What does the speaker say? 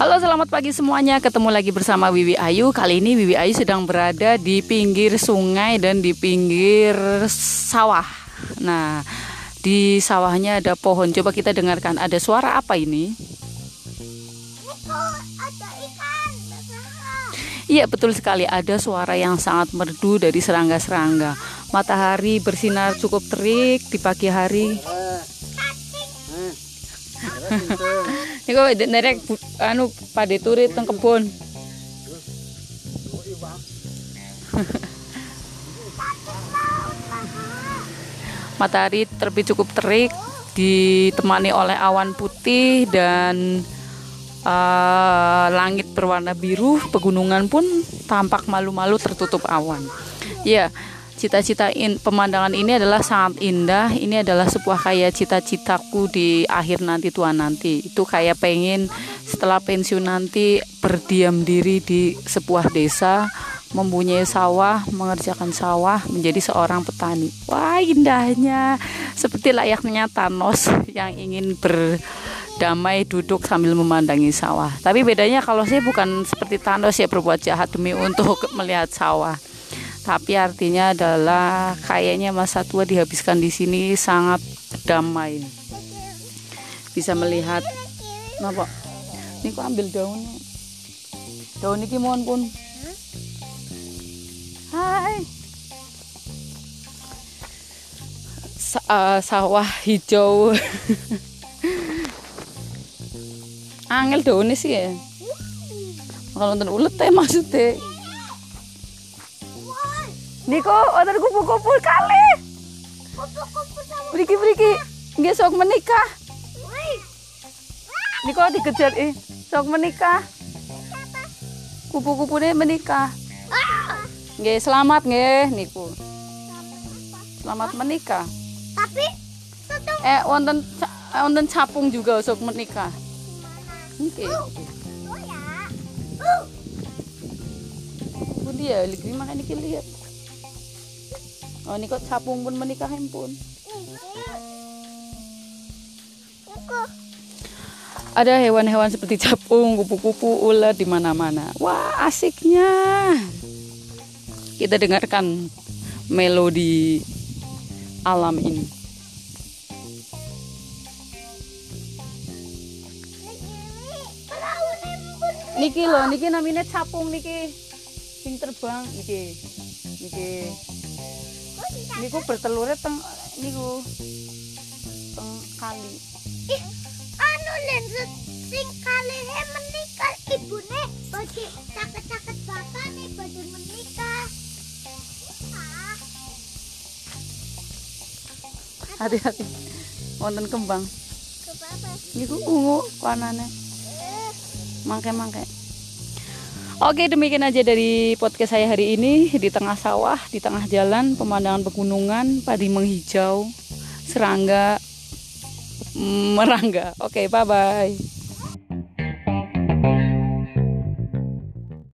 Halo, selamat pagi semuanya. Ketemu lagi bersama Wiwi Ayu. Kali ini Wiwi Ayu sedang berada di pinggir sungai dan di pinggir sawah. Nah, di sawahnya ada pohon. Coba kita dengarkan. Ada suara apa ini? Ada ikan. Iya, betul sekali. Ada suara yang sangat merdu dari serangga-serangga. Matahari bersinar cukup terik di pagi hari. Ini kok derek pada turit teng kebun. Matahari terbit cukup terik, ditemani oleh awan putih dan langit berwarna biru. Pegunungan pun tampak malu-malu tertutup awan. Ya, pemandangan ini adalah sangat indah. Ini adalah sebuah kayak cita-citaku di akhir nanti, tua nanti. Itu kayak pengen setelah pensiun nanti berdiam diri di sebuah desa, mempunyai sawah, mengerjakan sawah, menjadi seorang petani. Wah, indahnya. Seperti layaknya Thanos yang ingin berdamai duduk sambil memandangi sawah. Tapi bedanya kalau saya bukan seperti Thanos ya, berbuat jahat demi untuk melihat sawah. Tapi artinya adalah kayaknya masa tua dihabiskan di sini sangat damai. Bisa melihat, kenapa? Ini kok ambil daunnya? Daun ini mohon pun. Hai. Sawah hijau. Angel daunnya sih ya. Kalau nonton ulet teh maksudnya. Niko, order kupu-kupu kali. Beriki, nggak sok menikah. Niko dikejar sok menikah. Kupu-kupunya menikah. Nggak selamat nggak, Niko. Selamat menikah. Tapi wonten capung juga sok menikah. Oke. Pun dia lagi makan iki lihat. Oh, ini kok capung pun menikah pun. Ada hewan-hewan seperti capung, kupu-kupu, ulat di mana-mana. Wah, asiknya. Kita dengarkan melodi alam ini. Niki loh, niki namanya capung niki. Sing terbang niki. Niku bertelurnya teng kali. Anu lensa sing kali menikah ibune bagi caket-caket bapak nih bagi menikah. Hati-hati. Wonten kembang. Kebaba. Niku ungu warnane. Mangke. Oke, demikian aja dari podcast saya hari ini. Di tengah sawah, di tengah jalan, pemandangan pegunungan, padi menghijau, serangga merangga. Oke, bye-bye.